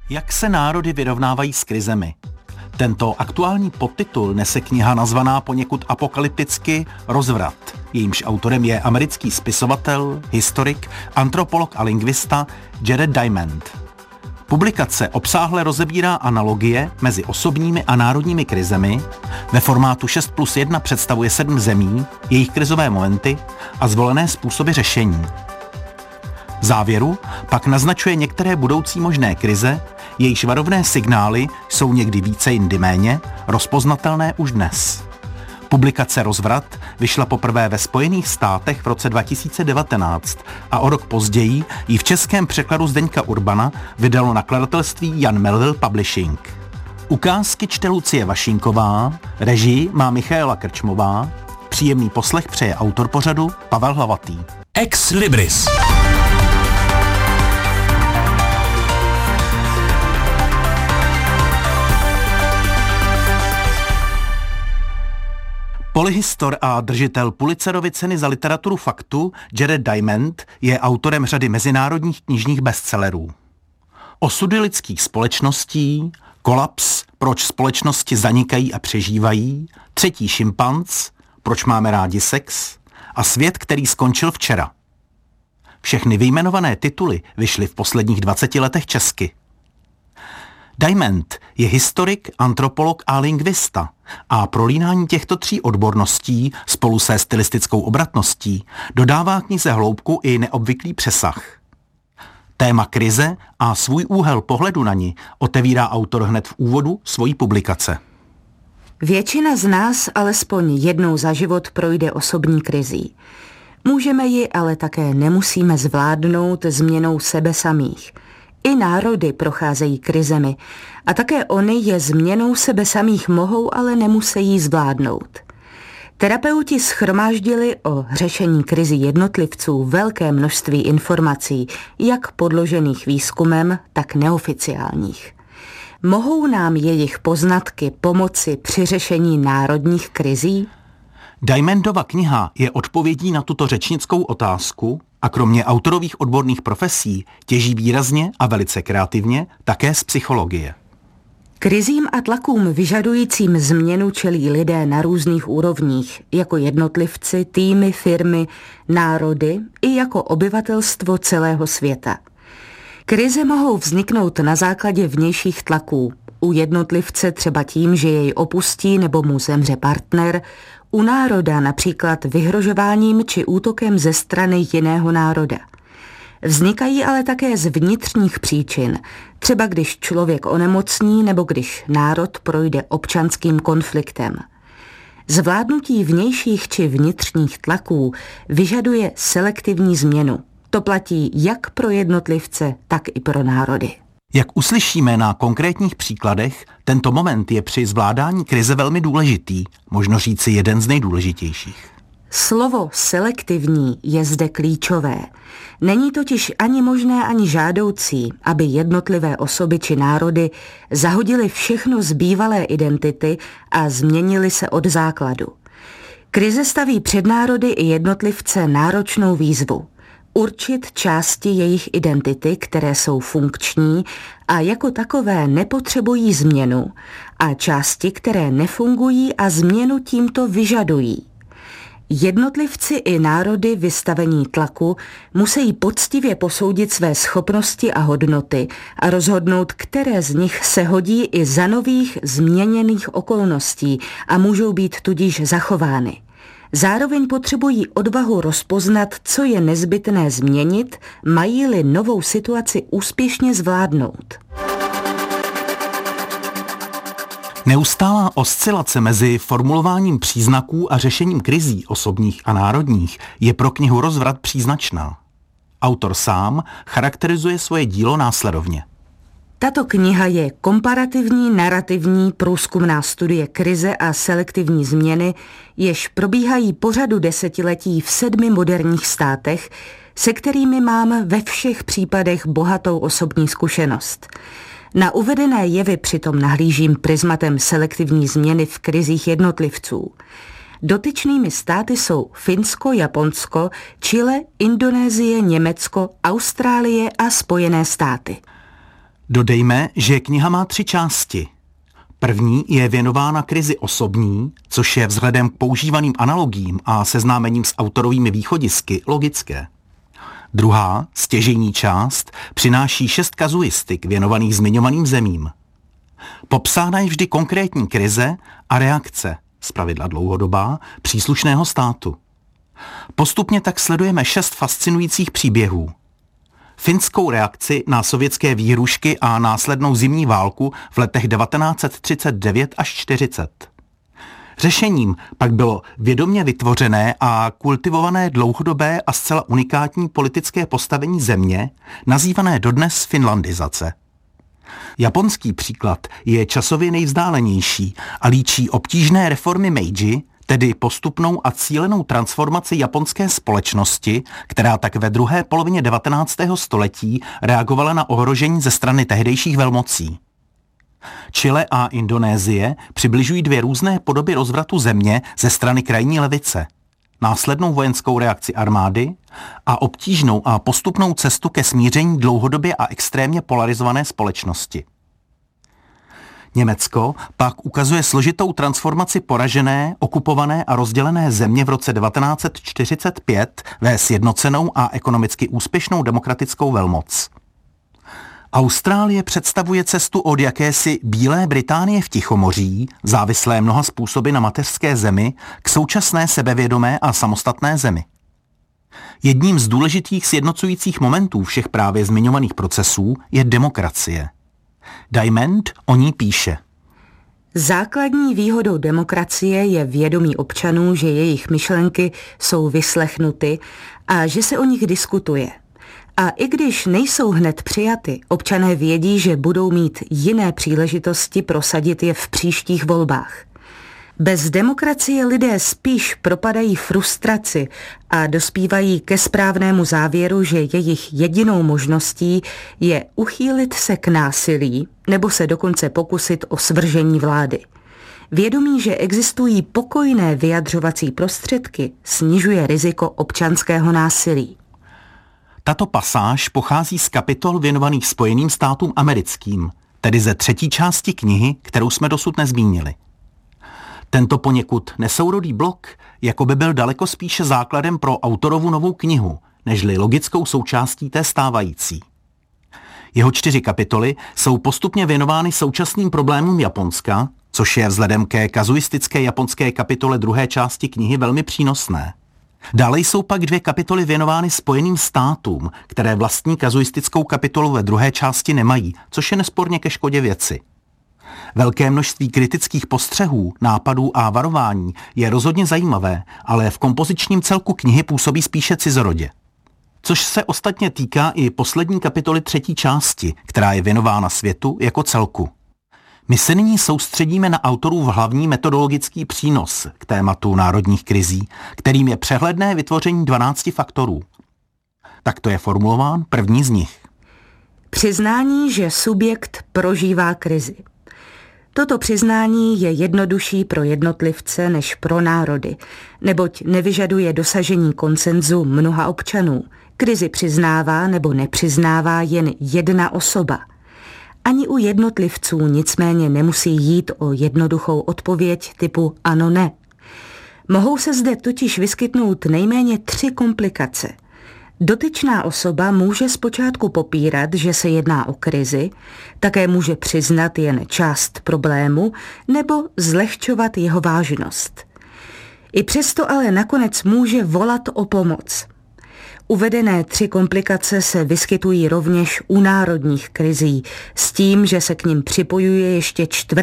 Jak se národy vyrovnávají s krizemi? Tento aktuální podtitul nese kniha nazvaná poněkud apokalypticky Rozvrat. Jejímž autorem je americký spisovatel, historik, antropolog a lingvista Jared Diamond. Publikace obsáhle rozebírá analogie mezi osobními a národními krizemi, ve formátu 6+1 představuje 7 zemí, jejich krizové momenty a zvolené způsoby řešení. V závěru pak naznačuje některé budoucí možné krize, jejichž varovné signály jsou někdy více, jindy méně, rozpoznatelné už dnes. Publikace Rozvrat vyšla poprvé ve Spojených státech v roce 2019 a o rok později ji v českém překladu Zdeňka Urbana vydalo nakladatelství Jan Melville Publishing. Ukázky čte Lucie Vašínková, režii má Michaela Krčmová, příjemný poslech přeje autor pořadu Pavel Hlavatý. Ex Libris. Polyhistor a držitel Pulitzerovy ceny za literaturu faktu Jared Diamond je autorem řady mezinárodních knižních bestsellerů. Osudy lidských společností, Kolaps, proč společnosti zanikají a přežívají, Třetí šimpanz, proč máme rádi sex a Svět, který skončil včera. Všechny vyjmenované tituly vyšly v posledních 20 letech česky. Diamond je historik, antropolog a lingvista a prolínání těchto tří odborností spolu se stylistickou obratností dodává knize hloubku i neobvyklý přesah. Téma krize a svůj úhel pohledu na ni otevírá autor hned v úvodu svojí publikace. Většina z nás alespoň jednou za život projde osobní krizí. Můžeme ji, ale také nemusíme zvládnout změnou sebe samých. I národy procházejí krizemi a také oni je změnou sebe samých mohou, ale nemusí zvládnout. Terapeuti shromáždili o řešení krizi jednotlivců velké množství informací, jak podložených výzkumem, tak neoficiálních. Mohou nám jejich poznatky pomoci při řešení národních krizí? Diamondova kniha je odpovědí na tuto řečnickou otázku a kromě autorových odborných profesí těží výrazně a velice kreativně také z psychologie. Krizím a tlakům vyžadujícím změnu čelí lidé na různých úrovních, jako jednotlivci, týmy, firmy, národy i jako obyvatelstvo celého světa. Krize mohou vzniknout na základě vnějších tlaků, u jednotlivce třeba tím, že jej opustí nebo mu zemře partner, u národa například vyhrožováním či útokem ze strany jiného národa. Vznikají ale také z vnitřních příčin, třeba když člověk onemocní nebo když národ projde občanským konfliktem. Zvládnutí vnějších či vnitřních tlaků vyžaduje selektivní změnu. To platí jak pro jednotlivce, tak i pro národy. Jak uslyšíme na konkrétních příkladech, tento moment je při zvládání krize velmi důležitý, možno říci jeden z nejdůležitějších. Slovo selektivní je zde klíčové. Není totiž ani možné, ani žádoucí, aby jednotlivé osoby či národy zahodily všechno z bývalé identity a změnily se od základu. Krize staví před národy i jednotlivce náročnou výzvu. Určit části jejich identity, které jsou funkční a jako takové nepotřebují změnu, a části, které nefungují a změnu tímto vyžadují. Jednotlivci i národy vystavení tlaku musí poctivě posoudit své schopnosti a hodnoty a rozhodnout, které z nich se hodí i za nových změněných okolností a můžou být tudíž zachovány. Zároveň potřebují odvahu rozpoznat, co je nezbytné změnit, mají-li novou situaci úspěšně zvládnout. Neustálá oscilace mezi formulováním příznaků a řešením krizí osobních a národních je pro knihu Rozvrat příznačná. Autor sám charakterizuje svoje dílo následovně. Tato kniha je komparativní, narrativní, průzkumná studie krize a selektivní změny, jež probíhají po řadu desetiletí v 7 moderních státech, se kterými mám ve všech případech bohatou osobní zkušenost. Na uvedené jevy přitom nahlížím prismatem selektivní změny v krizích jednotlivců. Dotyčnými státy jsou Finsko, Japonsko, Chile, Indonésie, Německo, Austrálie a Spojené státy. Dodejme, že kniha má 3 části. První je věnována krizi osobní, což je vzhledem k používaným analogiím a seznámením s autorovými východisky logické. Druhá, stěžejní část, přináší 6 kazuistik věnovaných zmiňovaným zemím. Popsána je vždy konkrétní krize a reakce, zpravidla dlouhodobá, příslušného státu. Postupně tak sledujeme 6 fascinujících příběhů. Finskou reakci na sovětské výhrušky a následnou zimní válku v letech 1939 až 40. Řešením pak bylo vědomě vytvořené a kultivované dlouhodobé a zcela unikátní politické postavení země, nazývané dodnes finlandizace. Japonský příklad je časově nejvzdálenější a líčí obtížné reformy Meiji, tedy postupnou a cílenou transformaci japonské společnosti, která tak ve druhé polovině 19. století reagovala na ohrožení ze strany tehdejších velmocí. Chile a Indonésie přibližují 2 různé podoby rozvratu země ze strany krajní levice. Následnou vojenskou reakci armády a obtížnou a postupnou cestu ke smíření dlouhodobě a extrémně polarizované společnosti. Německo pak ukazuje složitou transformaci poražené, okupované a rozdělené země v roce 1945 ve sjednocenou a ekonomicky úspěšnou demokratickou velmoc. Austrálie představuje cestu od jakési Bílé Británie v Tichomoří, závislé mnoha způsoby na mateřské zemi, k současné sebevědomé a samostatné zemi. Jedním z důležitých sjednocujících momentů všech právě zmiňovaných procesů je demokracie. Diamond o ní píše. Základní výhodou demokracie je vědomí občanů, že jejich myšlenky jsou vyslechnuty a že se o nich diskutuje. A i když nejsou hned přijaty, občané vědí, že budou mít jiné příležitosti prosadit je v příštích volbách. Bez demokracie lidé spíš propadají frustraci a dospívají ke správnému závěru, že jejich jedinou možností je uchýlit se k násilí nebo se dokonce pokusit o svržení vlády. Vědomí, že existují pokojné vyjadřovací prostředky, snižuje riziko občanského násilí. Tato pasáž pochází z kapitol věnovaných Spojeným státům americkým, tedy ze 3. části knihy, kterou jsme dosud nezmínili. Tento poněkud nesourodý blok jako by byl daleko spíše základem pro autorovu novou knihu, nežli logickou součástí té stávající. Jeho 4 kapitoly jsou postupně věnovány současným problémům Japonska, což je vzhledem ke kazuistické japonské kapitole 2. části knihy velmi přínosné. Dále jsou pak 2 kapitoly věnovány Spojeným státům, které vlastní kazuistickou kapitolu ve 2. části nemají, což je nesporně ke škodě věci. Velké množství kritických postřehů, nápadů a varování je rozhodně zajímavé, ale v kompozičním celku knihy působí spíše cizorodě. Což se ostatně týká i poslední kapitoly 3. části, která je věnována světu jako celku. My se nyní soustředíme na autorův hlavní metodologický přínos k tématu národních krizí, kterým je přehledné vytvoření 12 faktorů. Takto je formulován první z nich. Přiznání, že subjekt prožívá krizi. Toto přiznání je jednodušší pro jednotlivce než pro národy, neboť nevyžaduje dosažení konsenzu mnoha občanů. Krizi přiznává nebo nepřiznává jen jedna osoba. Ani u jednotlivců nicméně nemusí jít o jednoduchou odpověď typu ano, ne. Mohou se zde totiž vyskytnout nejméně 3 komplikace. Dotyčná osoba může zpočátku popírat, že se jedná o krizi, také může přiznat jen část problému nebo zlehčovat jeho vážnost. I přesto ale nakonec může volat o pomoc. Uvedené 3 komplikace se vyskytují rovněž u národních krizí, s tím, že se k nim připojuje ještě 4.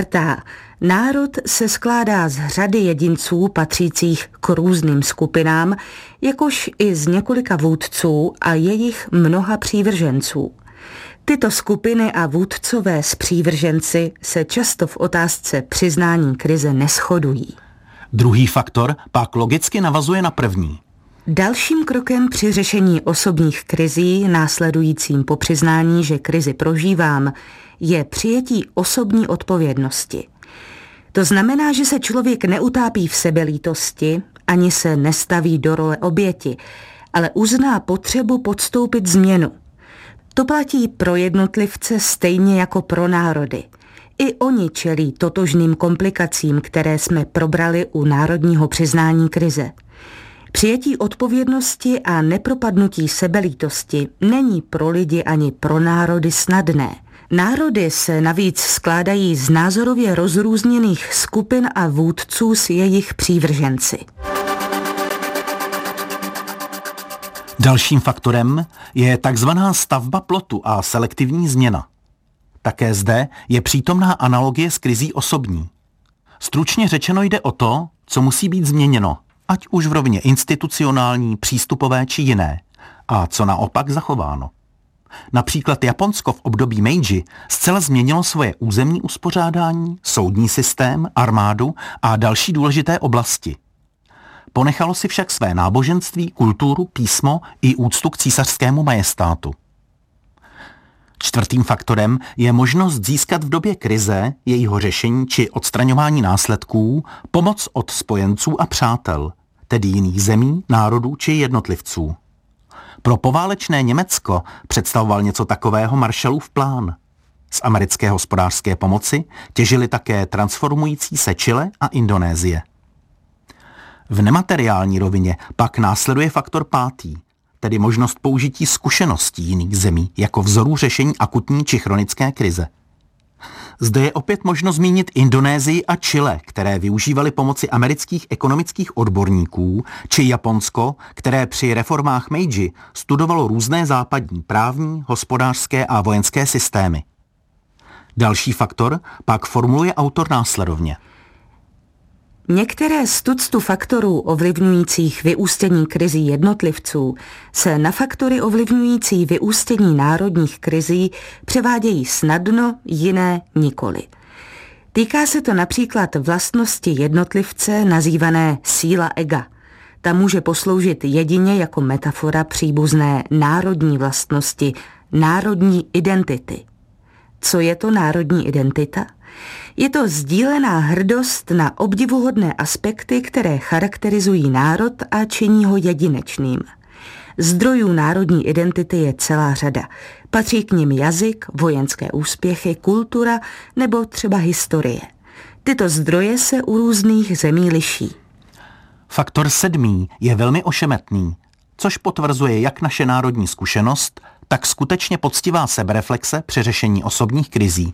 Národ se skládá z řady jedinců patřících k různým skupinám, jakož i z několika vůdců a jejich mnoha přívrženců. Tyto skupiny a vůdcové spřívrženci se často v otázce přiznání krize neshodují. Druhý faktor pak logicky navazuje na první. Dalším krokem při řešení osobních krizí, následujícím po přiznání, že krizi prožívám, je přijetí osobní odpovědnosti. To znamená, že se člověk neutápí v sebelítosti, ani se nestaví do role oběti, ale uzná potřebu podstoupit změnu. To platí pro jednotlivce stejně jako pro národy. I oni čelí totožným komplikacím, které jsme probrali u národního přiznání krize. Přijetí odpovědnosti a nepropadnutí sebelítosti není pro lidi ani pro národy snadné. Národy se navíc skládají z názorově rozrůzněných skupin a vůdců s jejich přívrženci. Dalším faktorem je takzvaná stavba plotu a selektivní změna. Také zde je přítomná analogie s krizí osobní. Stručně řečeno jde o to, co musí být změněno, ať už v rovině institucionální, přístupové či jiné, a co naopak zachováno. Například Japonsko v období Meiji zcela změnilo svoje územní uspořádání, soudní systém, armádu a další důležité oblasti. Ponechalo si však své náboženství, kulturu, písmo i úctu k císařskému majestátu. Čtvrtým faktorem je možnost získat v době krize, jejího řešení či odstraňování následků pomoc od spojenců a přátel, tedy jiných zemí, národů či jednotlivců. Pro poválečné Německo představoval něco takového Marshallův plán. Z americké hospodářské pomoci těžily také transformující se Chile a Indonésie. V nemateriální rovině pak následuje faktor pátý, tedy možnost použití zkušeností jiných zemí jako vzorů řešení akutní či chronické krize. Zde je opět možno zmínit Indonésii a Chile, které využívaly pomoci amerických ekonomických odborníků, či Japonsko, které při reformách Meiji studovalo různé západní právní, hospodářské a vojenské systémy. Další faktor pak formuluje autor následovně. Některé z tuctu faktorů ovlivňujících vyústění krizí jednotlivců se na faktory ovlivňující vyústění národních krizí převádějí snadno, jiné nikoli. Týká se to například vlastnosti jednotlivce nazývané síla ega. Ta může posloužit jedině jako metafora příbuzné národní vlastnosti, národní identity. Co je to národní identita? Je to sdílená hrdost na obdivuhodné aspekty, které charakterizují národ a činí ho jedinečným. Zdrojů národní identity je celá řada. Patří k nim jazyk, vojenské úspěchy, kultura nebo třeba historie. Tyto zdroje se u různých zemí liší. Faktor 7 je velmi ošemetný, což potvrzuje jak naše národní zkušenost, tak skutečně poctivá sebereflexe při řešení osobních krizí.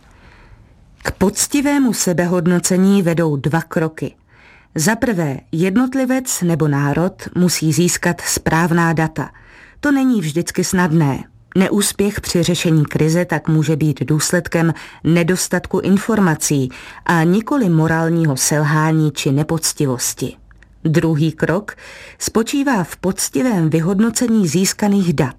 K poctivému sebehodnocení vedou 2 kroky. Za prvé, jednotlivec nebo národ musí získat správná data. To není vždycky snadné. Neúspěch při řešení krize tak může být důsledkem nedostatku informací a nikoli morálního selhání či nepoctivosti. Druhý krok spočívá v poctivém vyhodnocení získaných dat.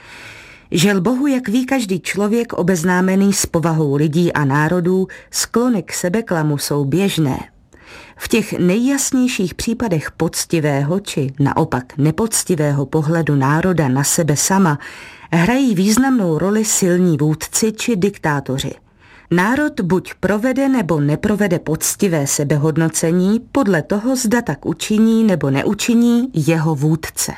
Žel bohu, jak ví každý člověk obeznámený s povahou lidí a národů, sklony k sebeklamu jsou běžné. V těch nejjasnějších případech poctivého či naopak nepoctivého pohledu národa na sebe sama hrají významnou roli silní vůdci či diktátoři. Národ buď provede nebo neprovede poctivé sebehodnocení podle toho, zda tak učiní nebo neučiní jeho vůdce.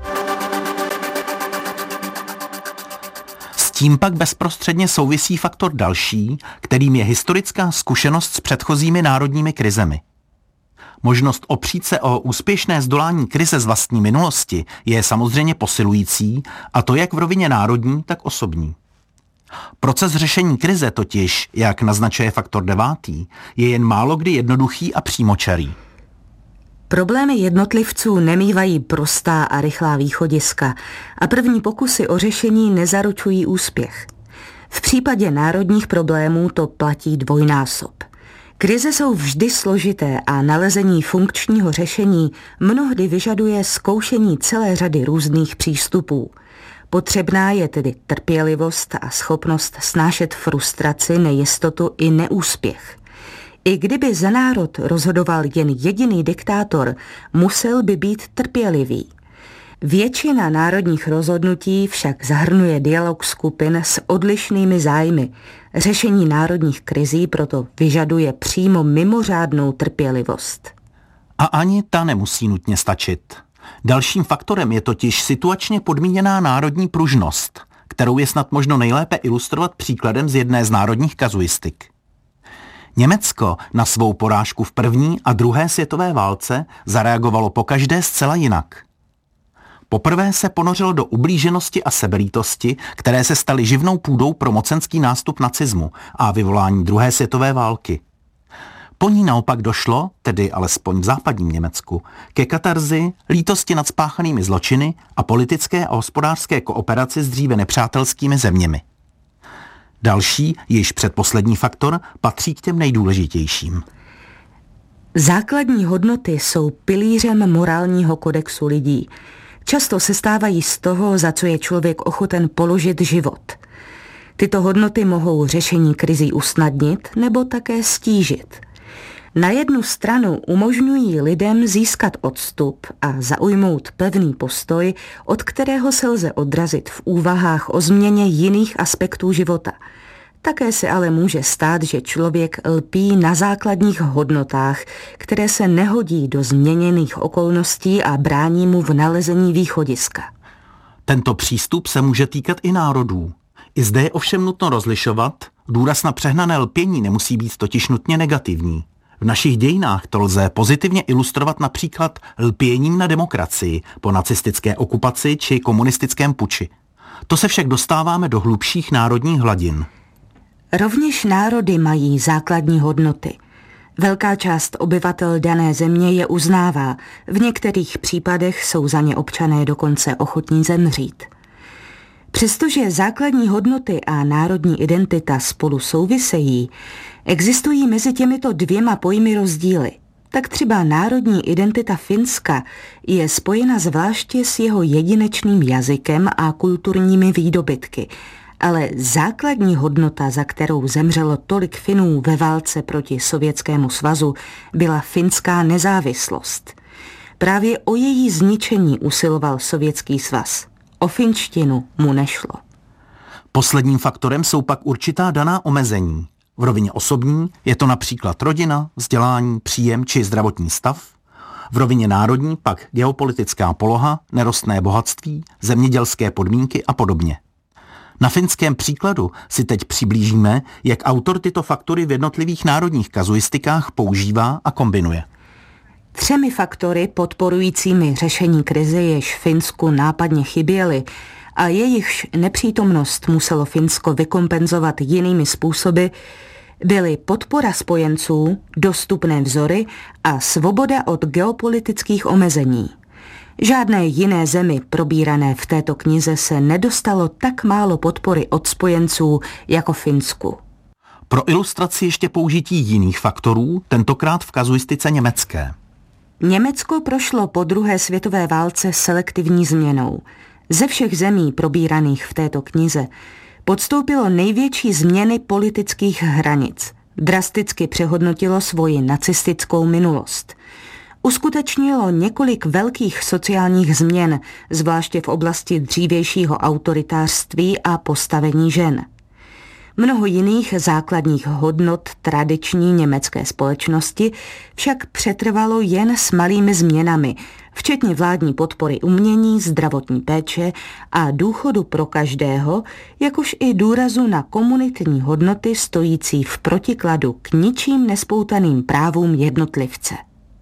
S tím pak bezprostředně souvisí faktor další, kterým je historická zkušenost s předchozími národními krizemi. Možnost opřít se o úspěšné zdolání krize z vlastní minulosti je samozřejmě posilující, a to jak v rovině národní, tak osobní. Proces řešení krize totiž, jak naznačuje faktor 9, je jen málokdy jednoduchý a přímočarý. Problémy jednotlivců nemívají prostá a rychlá východiska a první pokusy o řešení nezaručují úspěch. V případě národních problémů to platí dvojnásob. Krize jsou vždy složité a nalezení funkčního řešení mnohdy vyžaduje zkoušení celé řady různých přístupů. Potřebná je tedy trpělivost a schopnost snášet frustraci, nejistotu i neúspěch. I kdyby za národ rozhodoval jen jediný diktátor, musel být trpělivý. Většina národních rozhodnutí však zahrnuje dialog skupin s odlišnými zájmy. Řešení národních krizí proto vyžaduje přímo mimořádnou trpělivost. A ani ta nemusí nutně stačit. Dalším faktorem je totiž situačně podmíněná národní pružnost, kterou je snad možno nejlépe ilustrovat příkladem z jedné z národních kazuistik. Německo na svou porážku v první a druhé světové válce zareagovalo pokaždé zcela jinak. Poprvé se ponořilo do ublíženosti a sebelítosti, které se staly živnou půdou pro mocenský nástup nacismu a vyvolání druhé světové války. Po ní naopak došlo, tedy alespoň v západním Německu, ke katarzi, lítosti nad spáchanými zločiny a politické a hospodářské kooperaci s dříve nepřátelskými zeměmi. Další, již předposlední faktor, patří k těm nejdůležitějším. Základní hodnoty jsou pilířem morálního kodexu lidí. Často se stávají z toho, za co je člověk ochoten položit život. Tyto hodnoty mohou řešení krizí usnadnit nebo také stížit. Na jednu stranu umožňují lidem získat odstup a zaujmout pevný postoj, od kterého se lze odrazit v úvahách o změně jiných aspektů života. Také se ale může stát, že člověk lpí na základních hodnotách, které se nehodí do změněných okolností a brání mu v nalezení východiska. Tento přístup se může týkat i národů. I zde je ovšem nutno rozlišovat, důraz na přehnané lpění nemusí být totiž nutně negativní. V našich dějinách to lze pozitivně ilustrovat například lpěním na demokracii po nacistické okupaci či komunistickém puči. To se však dostáváme do hlubších národních hladin. Rovněž národy mají základní hodnoty. Velká část obyvatel dané země je uznává, v některých případech jsou za ně občané dokonce ochotní zemřít. Přestože základní hodnoty a národní identita spolu souvisejí, existují mezi těmito dvěma pojmy rozdíly. Tak třeba národní identita Finska je spojena zvláště s jeho jedinečným jazykem a kulturními výdobytky, ale základní hodnota, za kterou zemřelo tolik Finů ve válce proti Sovětskému svazu, byla finská nezávislost. Právě o její zničení usiloval Sovětský svaz. O finštinu mu nešlo. Posledním faktorem jsou pak určitá daná omezení. V rovině osobní je to například rodina, vzdělání, příjem či zdravotní stav. V rovině národní pak geopolitická poloha, nerostné bohatství, zemědělské podmínky a podobně. Na finském příkladu si teď přiblížíme, jak autor tyto faktory v jednotlivých národních kazuistikách používá a kombinuje. 3 faktory podporujícími řešení krize, jež Finsku nápadně chyběly a jejichž nepřítomnost muselo Finsko vykompenzovat jinými způsoby, byly podpora spojenců, dostupné vzory a svoboda od geopolitických omezení. Žádné jiné zemi probírané v této knize se nedostalo tak málo podpory od spojenců jako Finsku. Pro ilustraci ještě použití jiných faktorů, tentokrát v kazuistice německé. Německo prošlo po druhé světové válce selektivní změnou. Ze všech zemí probíraných v této knize podstoupilo největší změny politických hranic. Drasticky přehodnotilo svoji nacistickou minulost. Uskutečnilo několik velkých sociálních změn, zvláště v oblasti dřívějšího autoritářství a postavení žen. Mnoho jiných základních hodnot tradiční německé společnosti však přetrvalo jen s malými změnami, včetně vládní podpory umění, zdravotní péče a důchodu pro každého, jakož i důrazu na komunitní hodnoty stojící v protikladu k ničím nespoutaným právům jednotlivce.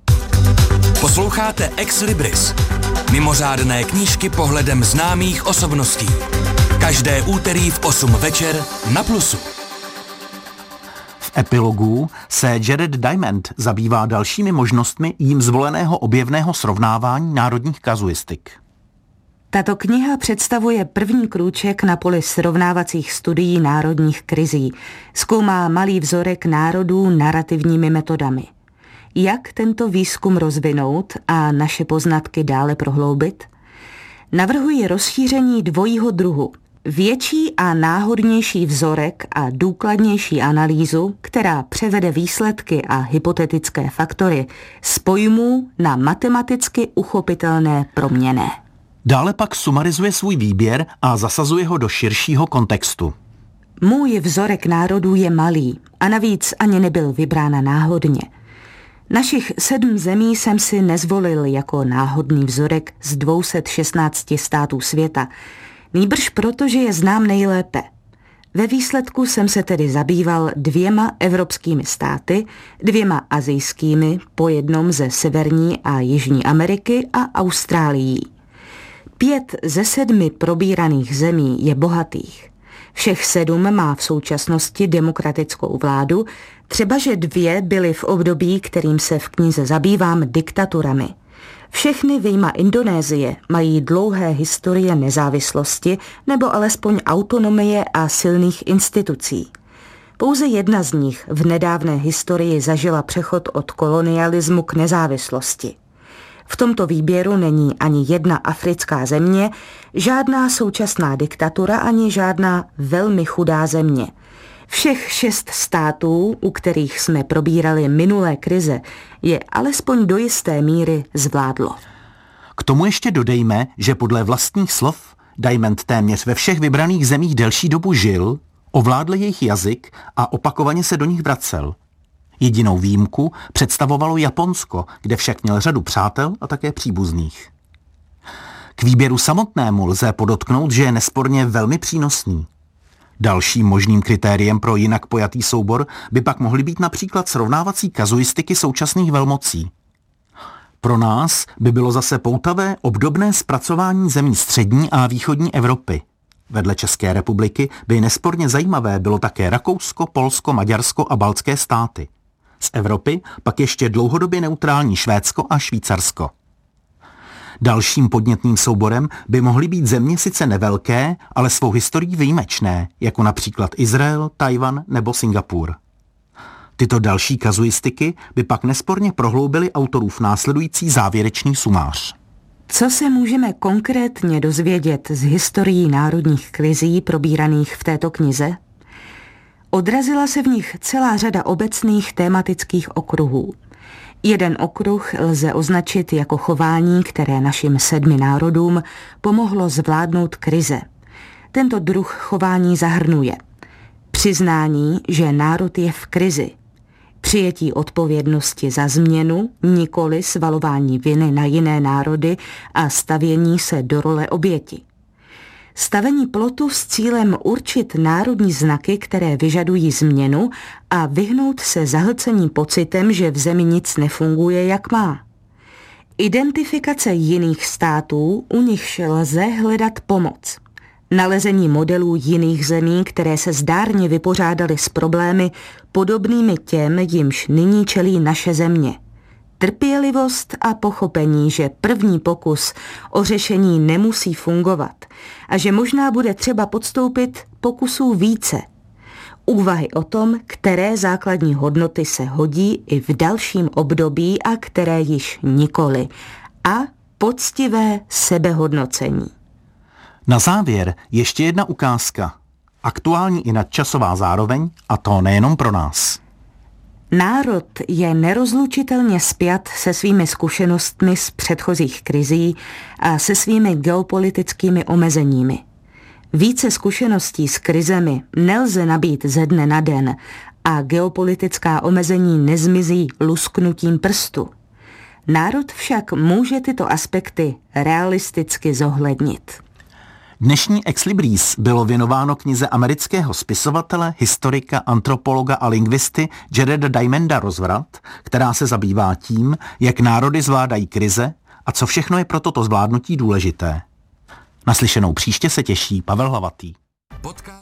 Posloucháte Ex Libris, mimořádné knížky pohledem známých osobností. Každé úterý v 8 večer na Plusu. V epilogu se Jared Diamond zabývá dalšími možnostmi jím zvoleného objevného srovnávání národních kazuistik. Tato kniha představuje první krůček na poli srovnávacích studií národních krizí. Zkoumá malý vzorek národů narrativními metodami. Jak tento výzkum rozvinout a naše poznatky dále prohloubit? Navrhuji rozšíření dvojího druhu. Větší a náhodnější vzorek a důkladnější analýzu, která převede výsledky a hypotetické faktory z pojmů na matematicky uchopitelné proměnné. Dále pak sumarizuje svůj výběr a zasazuje ho do širšího kontextu. Můj vzorek národů je malý a navíc ani nebyl vybrán náhodně. Našich 7 zemí jsem si nezvolil jako náhodný vzorek z 216 států světa. Nýbrž proto, že je znám nejlépe. Ve výsledku jsem se tedy zabýval 2 evropskými státy, 2 asijskými, po jednom ze Severní a Jižní Ameriky a Austrálií. 5 ze 7 probíraných zemí je bohatých. Všech 7 má v současnosti demokratickou vládu, třebaže 2 byly v období, kterým se v knize zabývám, diktaturami. Všechny vyjma Indonésie mají dlouhé historie nezávislosti nebo alespoň autonomie a silných institucí. Pouze jedna z nich v nedávné historii zažila přechod od kolonialismu k nezávislosti. V tomto výběru není ani jedna africká země, žádná současná diktatura ani žádná velmi chudá země. Všech 6 států, u kterých jsme probírali minulé krize, je alespoň do jisté míry zvládlo. K tomu ještě dodejme, že podle vlastních slov Diamond téměř ve všech vybraných zemích delší dobu žil, ovládl jejich jazyk a opakovaně se do nich vracel. Jedinou výjimku představovalo Japonsko, kde však měl řadu přátel a také příbuzných. K výběru samotnému lze podotknout, že je nesporně velmi přínosný. Dalším možným kritériem pro jinak pojatý soubor by pak mohly být například srovnávací kazuistiky současných velmocí. Pro nás by bylo zase poutavé obdobné zpracování zemí střední a východní Evropy. Vedle České republiky by nesporně zajímavé bylo také Rakousko, Polsko, Maďarsko a baltské státy. Z Evropy pak ještě dlouhodobě neutrální Švédsko a Švýcarsko. Dalším podnětným souborem by mohly být země sice nevelké, ale svou historií výjimečné, jako například Izrael, Tajvan nebo Singapur. Tyto další kazuistiky by pak nesporně prohloubily autorův následující závěrečný sumář. Co se můžeme konkrétně dozvědět z historií národních krizí probíraných v této knize? Odrazila se v nich celá řada obecných tematických okruhů. Jeden okruh lze označit jako chování, které našim 7 národům pomohlo zvládnout krize. Tento druh chování zahrnuje přiznání, že národ je v krizi, přijetí odpovědnosti za změnu, nikoli svalování viny na jiné národy a stavění se do role oběti. Stavení plotu s cílem určit národní znaky, které vyžadují změnu a vyhnout se zahlcení pocitem, že v zemi nic nefunguje, jak má. Identifikace jiných států, u nichž lze hledat pomoc. Nalezení modelů jiných zemí, které se zdárně vypořádaly s problémy podobnými těm, jimž nyní čelí naše země. Trpělivost a pochopení, že první pokus o řešení nemusí fungovat a že možná bude třeba podstoupit pokusů více. Úvahy o tom, které základní hodnoty se hodí i v dalším období a které již nikoli. A poctivé sebehodnocení. Na závěr ještě jedna ukázka. Aktuální i nadčasová zároveň, a to nejenom pro nás. Národ je nerozlučitelně spjat se svými zkušenostmi z předchozích krizí a se svými geopolitickými omezeními. Více zkušeností s krizemi nelze nabít ze dne na den a geopolitická omezení nezmizí lusknutím prstu. Národ však může tyto aspekty realisticky zohlednit. Dnešní Ex Libris bylo věnováno knize amerického spisovatele, historika, antropologa a lingvisty Jareda Diamonda Rozvrat, která se zabývá tím, jak národy zvládají krize a co všechno je pro toto zvládnutí důležité. Naslyšenou příště se těší Pavel Hlavatý.